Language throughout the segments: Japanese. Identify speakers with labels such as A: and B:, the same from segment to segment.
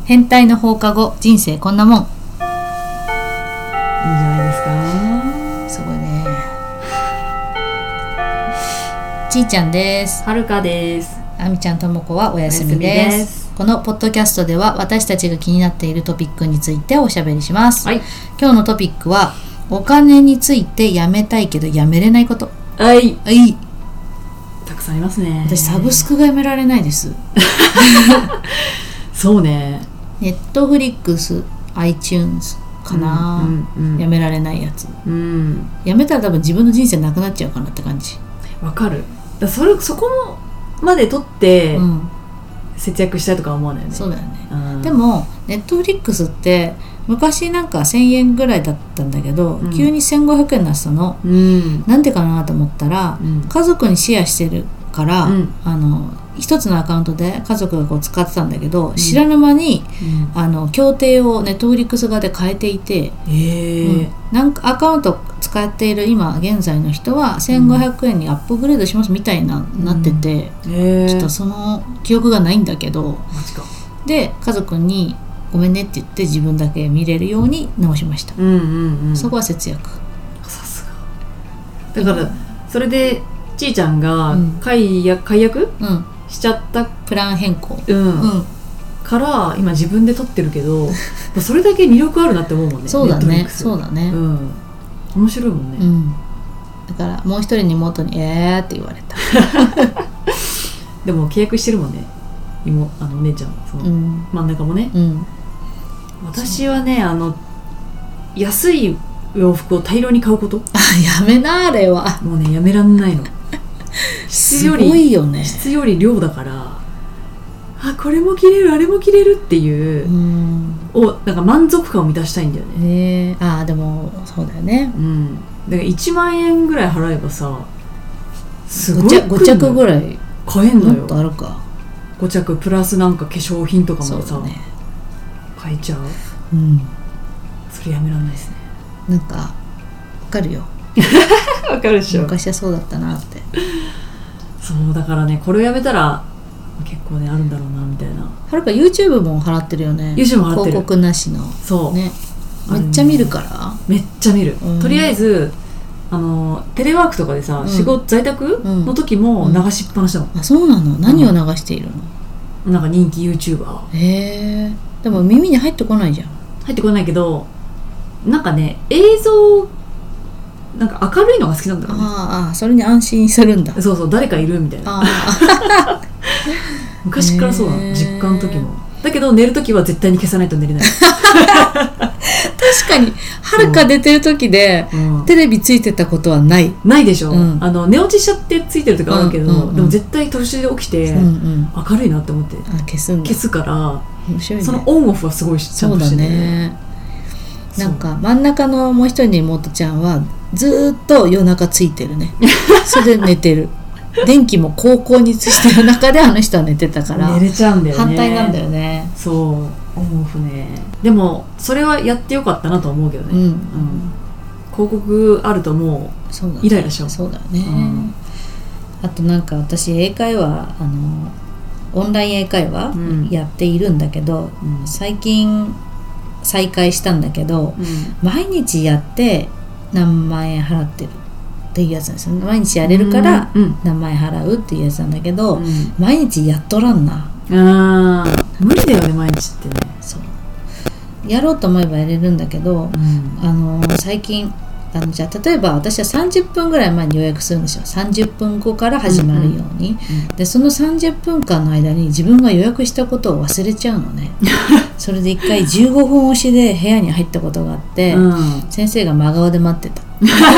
A: 変態の放課後人生こんなもん。いいんじ
B: ゃないですか。
A: すごいね。ちーちゃんです。
B: はるかです。
A: あみちゃんともこはお休みです。このポッドキャストでは私たちが気になっているトピックについておしゃべりします、
B: はい、
A: 今日のトピックはお金についてやめたいけどやめれないこと。
B: はい、
A: はい、
B: たくさんありますね。
A: 私サブスクがやめられないです
B: そうね。
A: ネットフリックス iTunes かな、やめられないやつ、やめたら多分自分の人生なくなっちゃうかなって感じ。
B: わかる。そこまで取って、節約したいとか思わないよね。
A: そうだよね、でもネットフリックスって昔なんか1000円ぐらいだったんだけど、急に1500円になったの、なんでかなと思ったら、家族にシェアしてるから、一つのアカウントで家族がこう使ってたんだけど、知らぬ間に、協定をネットフリックス側で変えていて、なんかアカウント使っている今現在の人は1500円にアップグレードしますみたいな、なってて、ちょっとその記憶がないんだけど、で家族にごめんねって言って自分だけ見れるように直しました、そこは節約。
B: さすがだから、それでちーちゃんが解約、しちゃった
A: プラン変更、
B: から今自分で撮ってるけどそれだけ魅力あるなって思うもんね。
A: そうだね、そうだね、
B: 面白いもんね、
A: だからもう一人に妹にって言われた
B: でも契約してるもんね、お姉ちゃんその、真ん中もね、私はね安い洋服を大量に買うこと。
A: やめな、あれは
B: もうねやめらんないの
A: すごいよね。
B: 質より量だから、これも着れるあれも着れるっていう、なんか満足感を満たしたいんだよね。
A: でもそうだよね、
B: だから1万円ぐらい払えばさ、すごい
A: 5着ぐらい
B: 買えんのよ。
A: もっとあるか、
B: 5着プラスなんか化粧品とかもさ、買えちゃう。それやめらんないですね。
A: なんかわかるよ
B: わかるでしょ。
A: 昔はそうだったなって。
B: そうだからね、これをやめたら結構ねあるんだろうなみたいな。
A: はるか YouTube も払ってるよね。
B: YouTube も払ってる、
A: 広告なしの。
B: そうね、
A: めっちゃ見るから。
B: めっちゃ見る、とりあえずテレワークとかでさ、仕事在宅の時も流しっぱなしだもん。
A: そうなの。何を流しているの？
B: なんか人気 YouTuber。
A: でも耳に入ってこないじゃん。
B: 入ってこないけど、なんかね映像なんか明るいのが好きなんだろうね。
A: それに安心するんだ。
B: そうそう、誰かいるみたいな。昔からそうなの、実家の時も。だけど寝る時は絶対に消さないと寝れない
A: 確かにはるか出てる時で、テレビついてたことはない
B: でしょ、寝落ちしちゃってついてる時あるけど、でも絶対途中で起きて、明るいなって思って消すから、
A: 面白いね、
B: そのオンオフはすごいちゃんとしてる。そうだね。
A: なんか真ん中のもう一人の妹ちゃんはずっと夜中ついてるねそれで寝てる電気も高校にしてる中であの人は寝てたから
B: 寝れちゃうんだよね。
A: 反対なんだよね。
B: そう、オンオフね。でもそれはやってよかったなと思うけどね、広告あるともうイライラしちゃう。
A: そうだね、あとなんか私英会話オンライン英会話やっているんだけど、最近再開したんだけど、毎日やって何万円払ってるっていうやつなんですよ。毎日やれるから何万円払うっていうやつなんだけど、毎日やっとらんな。
B: 無理だよね毎日ってね。
A: そうやろうと思えばやれるんだけど、最近じゃあ例えば私は30分ぐらい前に予約するんですよ。30分後から始まるように、でその30分間の間に自分が予約したことを忘れちゃうのねそれで一回15分押しで部屋に入ったことがあって、先生が真顔で待ってた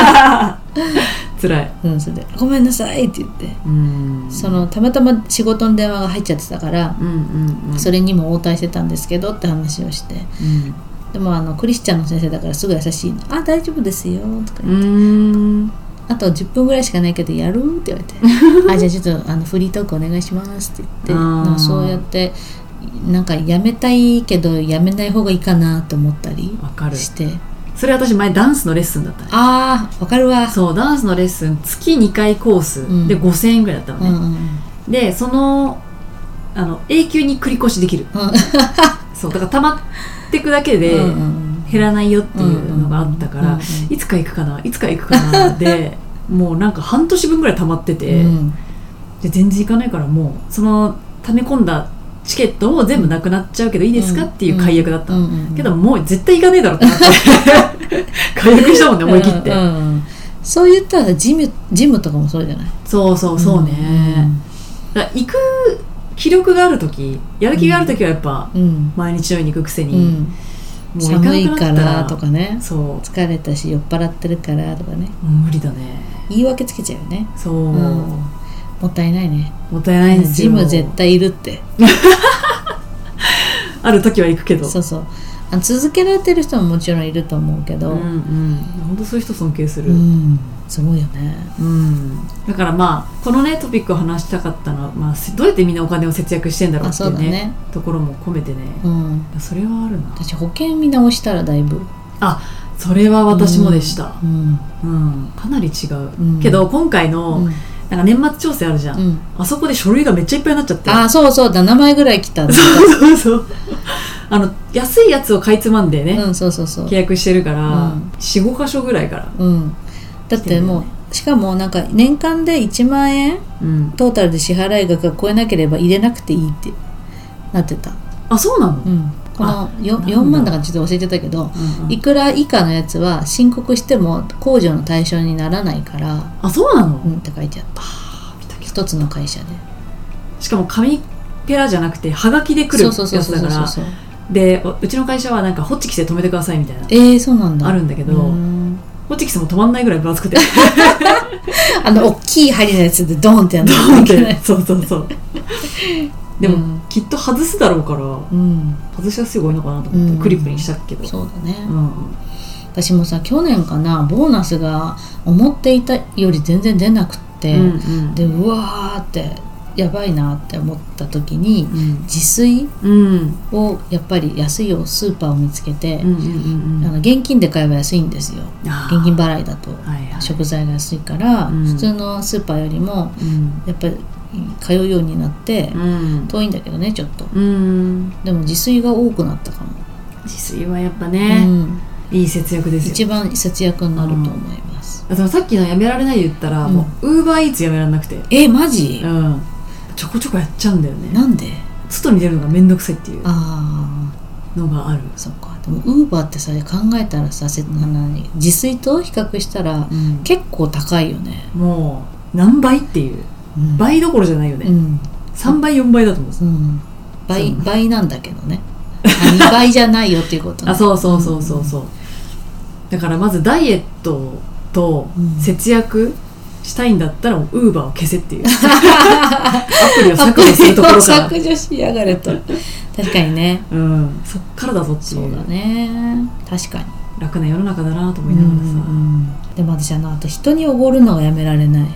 B: 辛い、
A: それでごめんなさいって言って、たまたま仕事の電話が入っちゃってたから、それにも応対してたんですけどって話をして、でもクリスチャンの先生だからすごい優しいの。大丈夫ですよとか言って、あと10分ぐらいしかないけどやるって言われてじゃあちょっとフリートークお願いしますって言って、そうやってなんかやめたいけどやめない方がいいかなと思ったりして。
B: それ私前ダンスのレッスンだったね。
A: わかるわ。
B: そう、ダンスのレッスン月2回コースで5000円ぐらいだったのね、でその永久に繰り越しできる、 そうだから溜まっていくだけで減らないよっていうのがあったから、いつか行くかないつか行くかなでもうなんか半年分ぐらい溜まってて、で全然行かないから、もうその溜め込んだチケットも全部なくなっちゃうけどいいですかっていう解約だった、けどもう絶対行かねえだろってなって解約したもんね、思い切って、
A: そう言ったらジムとかもそうじゃない？
B: そうね、だから行く気力がある時、やる気がある時はやっぱ毎日のように行くくせに、
A: もう行かなくなったら寒いからとかね、
B: そう
A: 疲れたし酔っ払ってるからとかね、
B: 無理だね、
A: 言い訳つけちゃうよね。
B: そう、
A: もったいないね。
B: もったいないんですよ。
A: ジム絶対いるって
B: ある時は行くけど、
A: そう続けられてる人ももちろんいると思うけど、
B: 本当そういう人尊敬する、
A: すごいよね、
B: だからまあこのねトピックを話したかったのは、まあ、どうやってみんなお金を節約してんだろうっていうねところも込めてね、それはあるな。
A: 私保険見直したらだいぶ、
B: それは私もでした、かなり違う、けど今回の、なんか年末調整あるじゃん、あそこで書類がめっちゃいっぱいになっちゃって、
A: そうだ、7枚ぐらい来た
B: そう安いやつをかいつまんでね、契約してるから、4,5 箇所ぐらいから、
A: だってもうしかもなんか年間で1万円、トータルで支払い額が超えなければ入れなくていいってなってた。
B: そうなの？
A: この 4万だからちょっと忘れてたけど、いくら以下のやつは申告しても控除の対象にならないから。
B: そうなの？
A: って書いてあった。一つの会社で、し
B: かも紙ペラじゃなくてはがきで来るやつだから、でうちの会社はなんかホッチキスで止めてくださいみたいな、
A: そうなんだ、あ
B: るんだけど、ホッチキスも止まんないぐらい分厚くて
A: 大きい針のやつでドーンってやんないといけない。
B: そうでも、きっと外すだろうから、外しやすい方がいいのかなと思って、クリップにしたけど。
A: そうだね、私もさ去年かな、ボーナスが思っていたより全然出なくって、でうわーってやばいなって思った時に、自炊をやっぱり安いスーパーを見つけて、現金で買えば安いんですよ。現金払いだと食材が安いから、普通のスーパーよりもやっぱり通うようになって、遠いんだけどねちょっと、でも自炊が多くなったかも。
B: 自炊はやっぱね、いい節約ですよ。
A: 一番節約になると思います。
B: だからさっきのやめられない言ったら、もう Uber Eats やめられなくて、
A: マジ？
B: ちょこちょこやっちゃうんだよね。
A: なんで？
B: 外に出るのがめんどくさいっていうのがある。
A: そっか。でも Uber ってさ考えたらさ、自炊と比較したら、結構高いよね。
B: もう何倍っていう、倍どころじゃないよね、3倍4倍だと思う、
A: 倍なんだけどね2倍じゃないよっていうことね。
B: そうだからまずダイエットと節約したいんだったらウーバーを消せっていうアプリを削除するところから
A: 削除しやがれと確かにね、
B: そっからだぞっていう。
A: そうだね、確かに
B: 楽な世の中だなと思いながらさ、
A: でも私あと人におごるのがやめられない。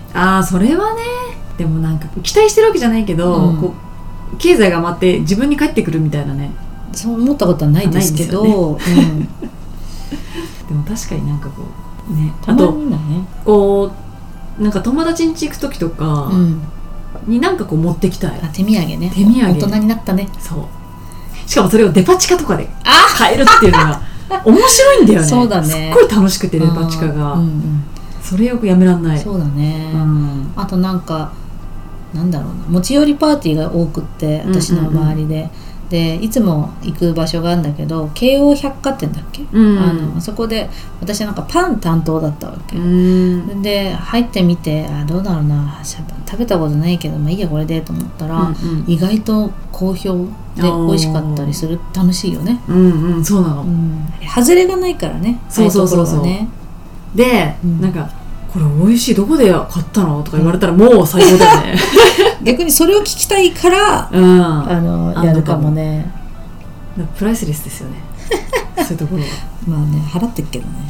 B: それはね。でもなんか期待してるわけじゃないけど、こう経済が回って自分に返ってくるみたいなね、
A: そう思ったことはないですけど、
B: でも確かになんかこうね、
A: たまにだね、
B: こうなんか友達ん家行く時とかになんかこう持ってきたい、
A: 手土産ね。
B: 手土産、
A: 大人になったね。
B: そうしかもそれをデパ地下とかで買えるっていうのが面白いんだよね。
A: そうだね、
B: すっごい楽しくてデパ地下が、それよくやめらんない。
A: そうだね、あとなんかなんだろうな、持ち寄りパーティーが多くって私の周りで、でいつも行く場所があるんだけど、京王百貨店だっけ、そこで私なんかパン担当だったわけ、で入ってみて、どうだろうな、食べたことないけど、いいやこれでと思ったら、意外と好評で美味しかったりする。楽しいよね。
B: そうなの、
A: 外れがないからね。
B: そうで、なんかこれ美味しい、どこで買ったのとか言われたらもう最高だよね
A: 逆にそれを聞きたいから、やるかもね。
B: プライスレスですよねそういうところは
A: 払ってるけどね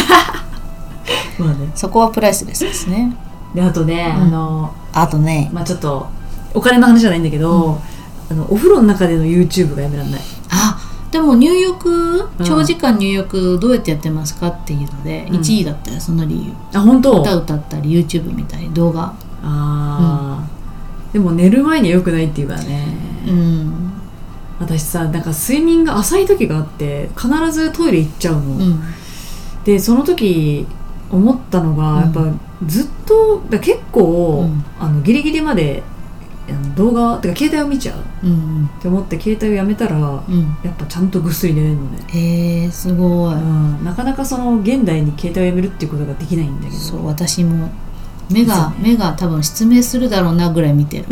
A: そこはプライスレスですね。
B: であとね、ちょっとお金の話じゃないんだけど、お風呂の中での YouTube がやめられない。
A: でも入浴、長時間入浴どうやってやってますかっていうので、1位だったよ、その理由。
B: 本当？
A: 歌歌ったり YouTube 見たり動画。で
B: も寝る前には良くないっていうからね。 私さ、なんか睡眠が浅い時があって必ずトイレ行っちゃうの、でその時思ったのが、やっぱずっと結構、ギリギリまで動画てか携帯を見ちゃう、って思って携帯をやめたら、やっぱちゃんとぐっすり寝れるのね。
A: すごい、
B: なかなかその現代に携帯をやめるっていうことができないんだけど。
A: そう、私も目が多分失明するだろうなぐらい見てる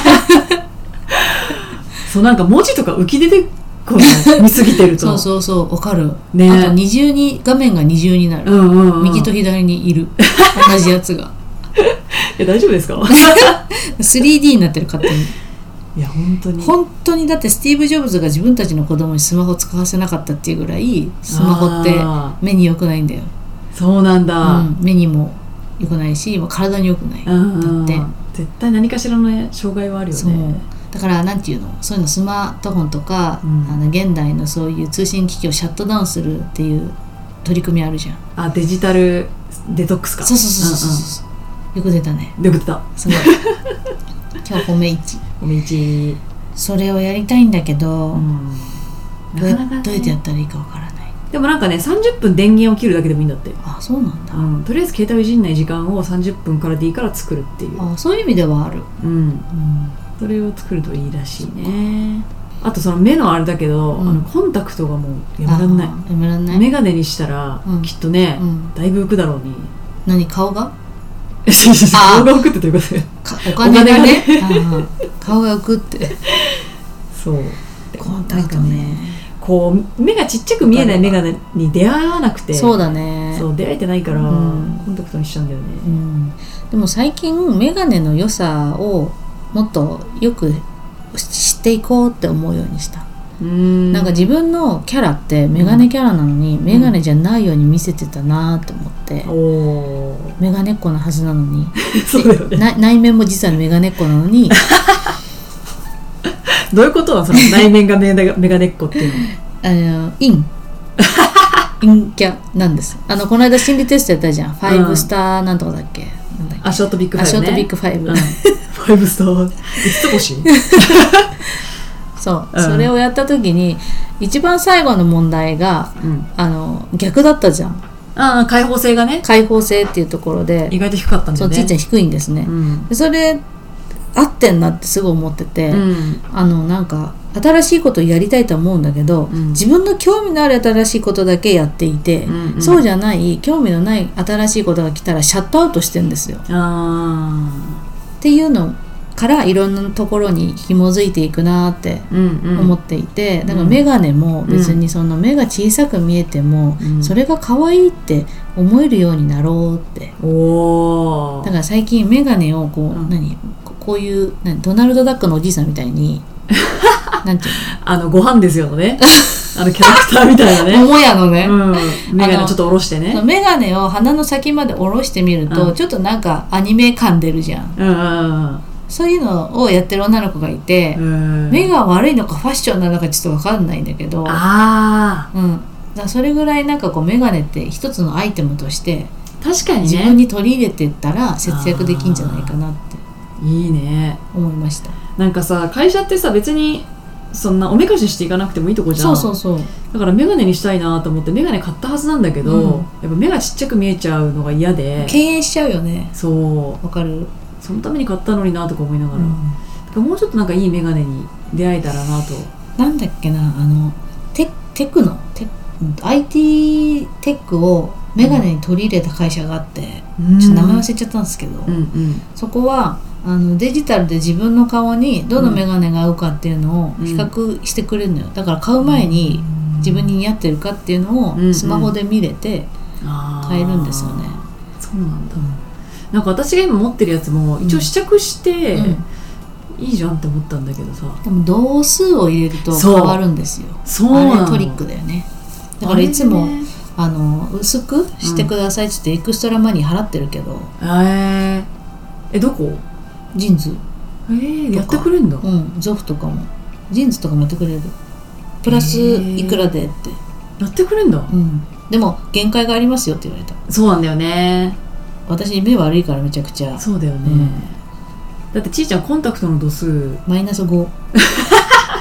B: そう、なんか文字とか浮き出てこない見すぎてると
A: そうわかる、
B: ね、
A: あと画面が二重になる、右と左にいる同じやつが
B: いや大丈夫ですか
A: 3D になってる、勝手に。
B: いや
A: 本当にだってスティーブ・ジョブズが自分たちの子供にスマホ使わせなかったっていうぐらいスマホって目に良くないんだよ。
B: そうなんだ、
A: 目にも良くないし体に良くない、だって
B: 絶対何かしらの障害はあるよね。
A: そうだからなんていうの、そういうのスマートフォンとか、現代のそういう通信機器をシャットダウンするっていう取り組みあるじゃん。
B: デジタルデトックスか。
A: そう、よく出たね。
B: よく出た。
A: すごい今日褒め1。それをやりたいんだけど、どうやってやったらいいかわからない。
B: でもなんかね、30分電源を切るだけでもいいんだって。
A: あ、そうなんだ、
B: とりあえず携帯をいじんない時間を30分からでいいから作るっていう。
A: そういう意味ではある。
B: それを作るといいらしいね。あとその目のあれだけど、コンタクトがもうやめらんない。メガネにしたら、きっとね、だいぶ浮くだろうに。
A: 何、顔が
B: 顔が浮くってどういうこと？
A: お金がね顔が浮くって
B: そう。
A: コンタクトね、
B: こう目がちっちゃく見えないメガネに出会わなくて。
A: そうだね。
B: そう、出会えてないから、コンタクトにしちゃうんだよね。
A: でも最近メガネの良さをもっとよく知っていこうって思うようにした。なんか自分のキャラってメガネキャラなのに、メガネじゃないように見せてたなと思って、メガネっ子なはずなのに
B: そうだよね。
A: 内面も実はメガネっ子なのに
B: どういうことはその内面がメガネっ子っていうの
A: 陰キャなんです。この間心理テストやったじゃん、5スターなんとかだっけ、なんだっけ、
B: ショートビッグ5ね。
A: ショートビッグ5、
B: 5スター5つ星
A: そう、それをやった時に一番最後の問題が、逆だったじゃん。
B: 開放性がね、
A: 開放性っていうところで
B: 意外と低かったんだよね。
A: そう、ちっちゃい低いんですね、でそれ合ってんなってすごい思ってて、なんか新しいことをやりたいと思うんだけど、自分の興味のある新しいことだけやっていて、そうじゃない興味のない新しいことが来たらシャットアウトしてんですよ。っていうのからいろんなところに紐づいていくなって思っていて、だからメガネも別にその目が小さく見えても、それが可愛いって思えるようになろうって。だから最近メガネをこう、こういうドナルド・ダックのおじいさんみたいになんていうの、
B: ご飯ですよねキャラクターみたいなね
A: 桃屋のね、
B: メガネちょっと下ろしてね、
A: メガネを鼻の先まで下ろしてみると、ちょっとなんかアニメ感出るじゃん。そういうのをやってる女の子がいて、目が悪いのかファッションなのかちょっと分かんないんだけど、だからそれぐらいなんかこうメガネって一つのアイテムとして
B: 確かに、ね、
A: 自分に取り入れていったら節約できんじゃないかなって
B: いいね
A: 思いました。
B: なんかさ、会社ってさ、別にそんなおめかししていかなくてもいいとこじゃん。
A: そう
B: だからメガネにしたいなと思ってメガネ買ったはずなんだけど、やっぱ目がちっちゃく見えちゃうのが嫌で
A: 敬遠しちゃうよね。
B: そう
A: わかる。
B: そのために買ったのになとか思いながら、だからもうちょっとなんかいいメガネに出会えたらなと。
A: なんだっけな、テクノIT テックをメガネに取り入れた会社があって、ちょっと名前忘れちゃったんですけど、そこはデジタルで自分の顔にどのメガネが合うかっていうのを比較してくれるのよ。だから買う前に自分に似合ってるかっていうのをスマホで見れて買えるんですよね。
B: そうなんだ。なんか私が今持ってるやつも一応試着していいじゃんって思ったんだけどさ、
A: でも同数を入れると変わるんですよ。あれトリックだよね。だからいつも薄くしてくださいって言ってエクストラマニー払ってるけど、
B: どこ？
A: ジーンズ
B: やってくれるんだ。
A: ゾフとかもジーンズとかもやってくれる。プラスいくらでって
B: やってくれるんだ。
A: でも限界がありますよって言われた。
B: そうなんだよね。
A: 私目悪いからめちゃくちゃ。
B: そうだよね、だってちーちゃんコンタクトの度数
A: マイナス5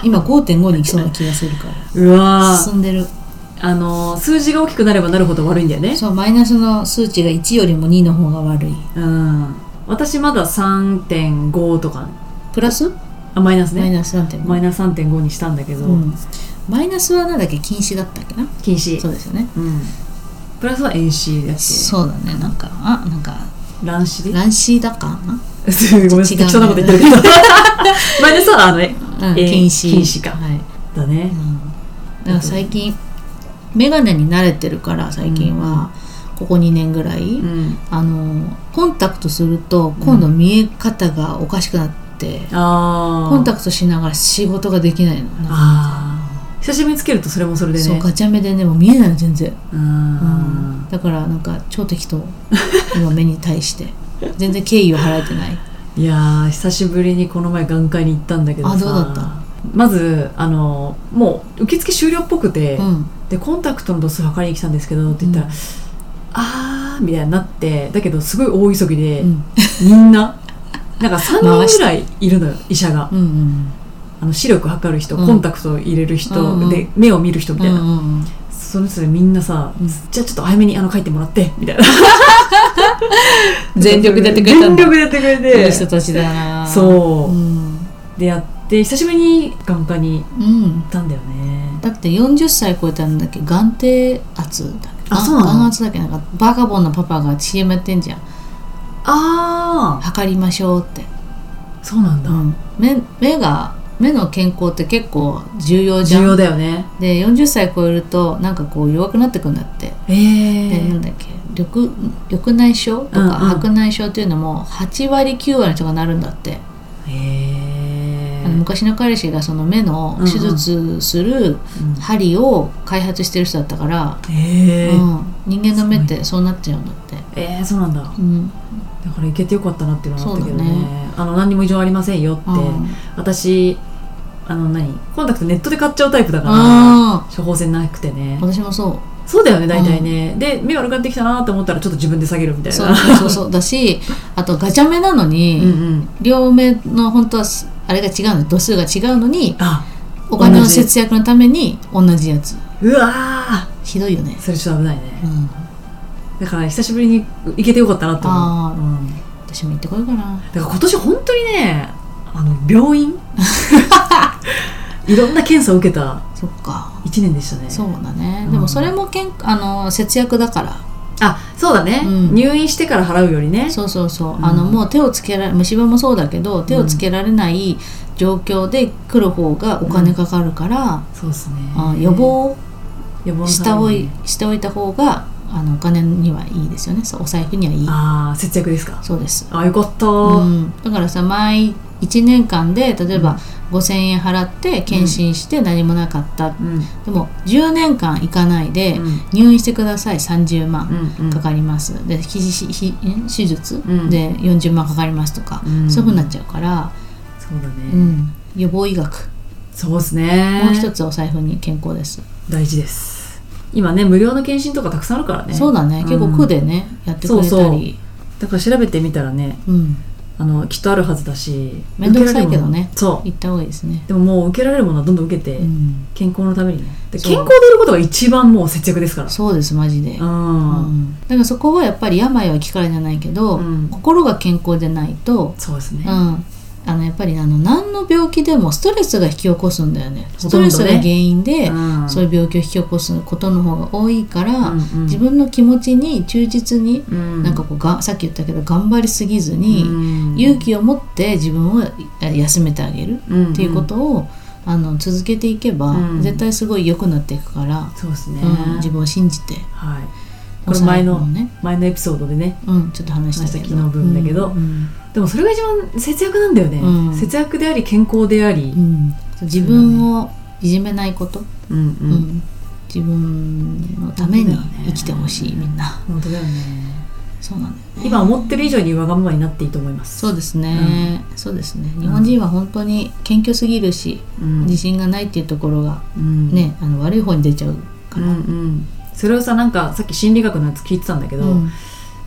A: 今 5.5 に来そうな気がするから
B: うわ
A: 進んでる。
B: 数字が大きくなればなるほど悪いんだよね。
A: そう、マイナスの数値が1よりも2の方が悪い。
B: 私まだ 3.5 とか。
A: プラス？
B: マイナスね。
A: マイナス 3.5。
B: マイナス 3.5 にしたんだけど、
A: マイナスはなんだっけ、禁止だったっけな。
B: 禁止。
A: そうですよね。
B: プラスは遠視だっけ。
A: そうだね。なんか
B: 乱視で。
A: 乱視だかな。
B: ごめんなさい、適当なこと言ってるけど。マイナスは
A: 禁止
B: か。だね。
A: だから最近メガネに慣れてるから、最近はここ2年ぐらい、コンタクトすると今度見え方がおかしくなって、コンタクトしながら仕事ができないの。
B: 久しぶりにつけるとそれもそれでね。
A: そう、ガチャ目でね、もう見えないの全然。だからなんか超適当今目に対して全然敬意を払えてない。
B: いやー、久しぶりにこの前眼科に行ったんだけどさ。
A: どうだった？
B: まずもう受付終了っぽくて、でコンタクトの度数測りに来たんですけどって言ったら、みたいになって、だけどすごい大急ぎで、みんななんか3人ぐらいいるのよ、医者が。視力測る人、コンタクトを入れる人、で目を見る人みたいな、その人でみんなさ、じゃあちょっと早めに書いてもらってみたいな
A: 全力でやってくれたんだ。
B: 全力でやってくれて、
A: いい人たちだな。
B: そう、でやって久しぶりに眼科に行ったんだよね。
A: だって40歳超えたんだっけ、眼底圧だっけ。
B: そうなの？
A: 眼圧だっけ。なんかバカボンのパパが CM やってんじゃん。測りましょうって。
B: そうなんだ。
A: 目の健康って結構重要じゃん。
B: 重要だよね。
A: で40歳超えるとなんかこう弱くなってくんだって。でなんだっけ、緑内障とか白内障っていうのも8割9割の人がなるんだって。昔の彼氏がその目の手術する針を開発してる人だったから、人間の目ってそうなっちゃうんだって。
B: そうなんだ。だから行けてよかったなっていうのはあったけどね。何にも異常ありませんよって。私コンタクトネットで買っちゃうタイプだから処方箋なくてね。
A: 私も
B: そうだよね、大体ね。で目悪くなってきたなと思ったらちょっと自分で下げるみたいな。
A: そうだし、あとガチャ目なのに両目の本当はあれが違うの、度数が違うのにお金の節約のために同じやつ。
B: うわー、
A: ひどいよね。
B: それちょっと危ないね。だから久しぶりに行けてよかったなと思う。
A: 私も行ってこようかな。
B: だから今年本当にね、病院いろんな検査を受けた1年でしたね。
A: そうだね。でもそれも節約だから。
B: そうだね、入院してから払うよりね。
A: もう手をつけられ、虫歯もそうだけど手をつけられない状況で来る方がお金かかるから、
B: そうですね、
A: 予防しておいた方がお金にはいいですよね。お財布にはいい。
B: 節約ですか。
A: そうです。
B: よかった、
A: だからさ、毎1年間で例えば5000円払って検診して何もなかった、でも10年間行かないで入院してください、30万かかります、で手術で40万かかりますとか、そういう風になっちゃうから。
B: そうだね、
A: 予防医学。
B: そうですね。
A: もう一つお財布に健康です。
B: 大事です。今ね、無料の検診とかたくさんあるからね。
A: そうだね、結構区でね、やってくれたり。
B: だから調べてみたらね、きっとあるはずだし。
A: めんどくさいけどね、行った方がいいですね。
B: でももう受けられるものはどんどん受けて、健康のためにね。健康でいることが一番もう節約ですから。
A: そうです、マジで。だからそこはやっぱり病は気からじゃないけど、心が健康でないと。
B: そうですね。
A: やっぱり何の病気でもストレスが引き起こすんだよね。ストレスが原因でそういう病気を引き起こすことの方が多いから、自分の気持ちに忠実に、なんかこうさっき言ったけど頑張りすぎずに、勇気を持って自分を休めてあげるっていうことを続けていけば、絶対すごい良くなっていくから。
B: そうですね、
A: 自分を信じて。
B: これ前のエピソードでね、
A: ちょっと話したけど、
B: 昨日分だけど、でもそれが一番節約なんだよね、節約であり健康であり、
A: 自分をいじめないこと、自分のために生きてほしい、みんな。
B: 本当だよね。
A: そうなんだよね。
B: 今思ってる以上にわがままになっていいと思います。
A: そうですね、そうですね。日本人は本当に謙虚すぎるし、自信がないっていうところがね、悪い方に出ちゃうから。
B: それをさ、なんかさっき心理学のやつ聞いてたんだけど、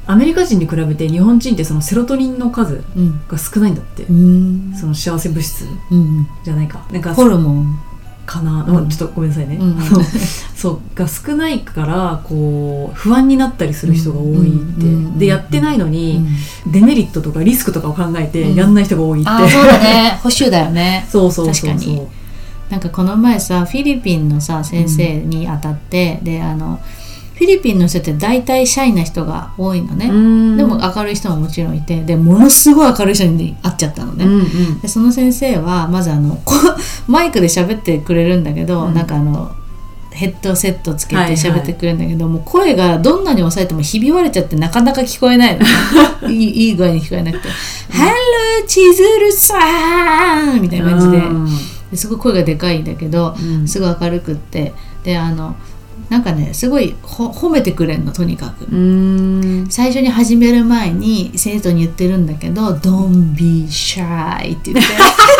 B: アメリカ人に比べて日本人ってそのセロトニンの数が少ないんだって、その幸せ物質じゃないか、なんか
A: ホルモン
B: かな、ちょっとごめんなさいね、そうが少ないからこう不安になったりする人が多いって、でやってないのにデメリットとかリスクとかを考えてやんない人が多いって、
A: あ、そうだね、保守だよね
B: そうそうそうそう、
A: 確かに。なんかこの前さフィリピンのさ先生に当たって、でフィリピンの人って大体シャイな人が多いのね。でも明るい人ももちろんいて、でものすごい明るい人に会っちゃったのね、でその先生はまずマイクで喋ってくれるんだけど、なんかヘッドセットつけて喋ってくれるんだけど、もう声がどんなに抑えてもひび割れちゃってなかなか聞こえないのいい具合に聞こえなくてハロー千鶴さんみたいな感じですごい声がでかいんだけど、すごい明るくって、でなんかねすごい褒めてくれんの、とにかく。最初に始める前に生徒に言ってるんだけど Don't be shy って言って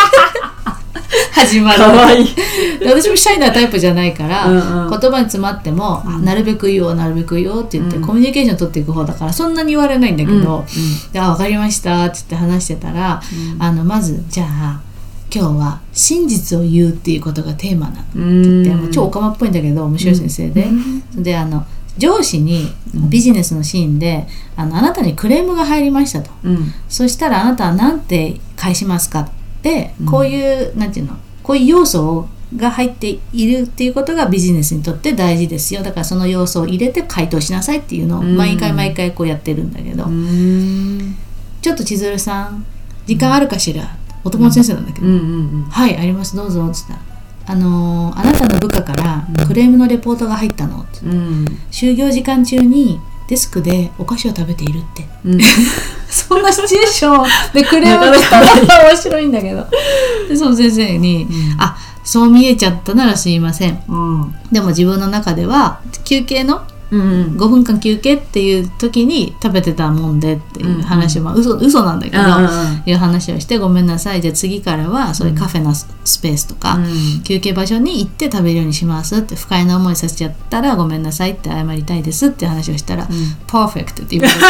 A: 始まる。
B: かわいい。
A: で私もシャイなタイプじゃないから、言葉に詰まっても、なるべく言おうなるべく言おうって言って、コミュニケーション取っていく方だからそんなに言われないんだけど、で分かりましたって言って話してたら、まずじゃあ今日は真実を言うっていうことがテーマなのって言って、もう超オカマっぽいんだけど面白い先生で、で上司にビジネスのシーンであなたにクレームが入りましたと、そしたらあなたは何て返しますかって、こういうなんていうの、こういう要素が入っているっていうことがビジネスにとって大事ですよ、だからその要素を入れて回答しなさいっていうのを毎回こうやってるんだけど、ちょっと千鶴さん時間あるかしら、お友達先生なんだけど、はいありますどうぞっつったら、あなたの部下からクレームのレポートが入ったのって、就業時間中にデスクでお菓子を食べているって、そんなシチュエーションでクレームが来たら面白いんだけど、でその先生に、あ、そう見えちゃったならすいません、でも自分の中では休憩の5分間休憩っていう時に食べてたもんでっていう話も、嘘なんだけど、いう話をして、ごめんなさい、じゃあ次からはそういうカフェのスペースとか、休憩場所に行って食べるようにしますって、不快な思いさせちゃったらごめんなさいって謝りたいですって話をしたら、パーフェクトって言われて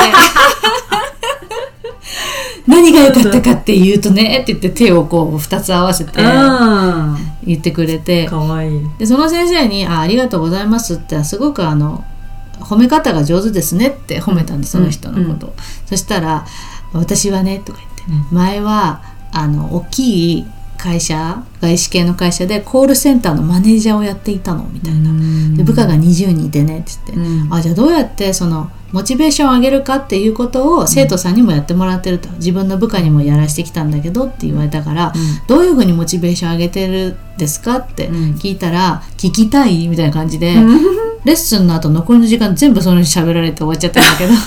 A: 何が良かったかって言うとねって言って手をこう2つ合わせて言ってくれて、
B: かわいい。
A: でその先生にありがとうございますってすごく褒め方が上手ですねって褒めたんです、その人のことを。そしたら私はねとか言って、前は大きい会社、外資系の会社でコールセンターのマネージャーをやっていたのみたいな。で部下が20人いてねって言って、じゃあどうやってそのモチベーションを上げるかっていうことを生徒さんにもやってもらってると、自分の部下にもやらしてきたんだけどって言われたから、どういうふうにモチベーション上げてるんですかって聞いたら、聞きたいみたいな感じで、レッスンの後残りの時間全部その人喋られて終わっちゃったんだけど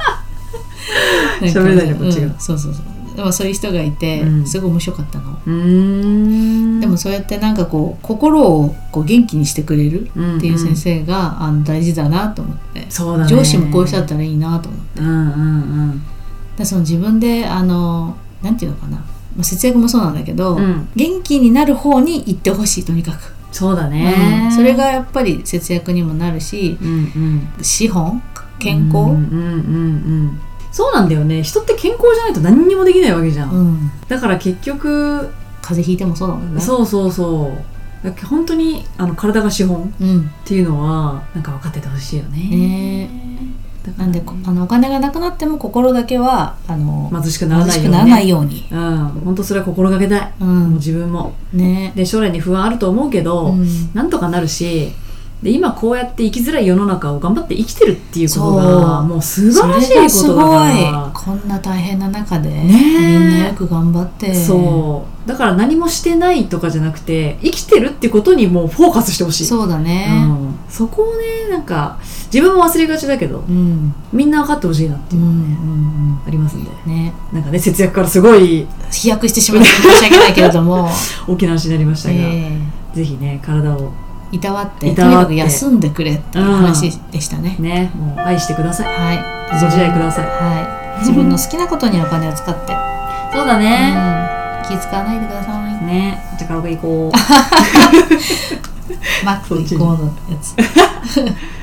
B: 喋れないのこっちが、
A: そうでもそういう人がいて、すごい面白かったの。でもそうやってなんかこう心をこう元気にしてくれるっていう先生が、大事だなと思って、
B: そうだね、
A: 上司もこういう人だったらいいなと思って、でその自分でなんていうのかな、節約もそうなんだけど、元気になる方に行ってほしい、とにかく。
B: そうだね、
A: それがやっぱり節約にもなるし、資本、健康、
B: そうなんだよね。人って健康じゃないと何にもできないわけじゃん、だから結局
A: 風邪ひいてもそうだもんね。
B: そう本当に体が資本っていうのはなんか分かっててほしいよね。
A: なんでお金がなくなっても心だけは
B: 貧しくならないように、本当それは心がけたい、もう自分も、で将来に不安あると思うけど、なんとかなるし、で今こうやって生きづらい世の中を頑張って生きてるっていうことがもう素晴らしいことだから、
A: こんな大変な中で、みんなよく頑張って、
B: そうだから何もしてないとかじゃなくて、生きてるってことにもうフォーカスしてほしい。
A: そうだね、
B: そこをね、なんか自分も忘れがちだけど、みんな分かってほしいなっていうのがね、ありますんで、なんかね、節約からすごい
A: 飛躍してしまって申し訳ないけれども
B: 大きな話になりましたが、ぜひね、体を
A: いたわってとにかく休んでくれっていう話でしたね。
B: もう愛してください。
A: ご
B: 自愛ください。
A: 自分の好きなことにお金を使って。
B: そうだね。
A: 気使わないでください。
B: ね。じゃあカラオケ行こう。
A: マック行こうのやつ。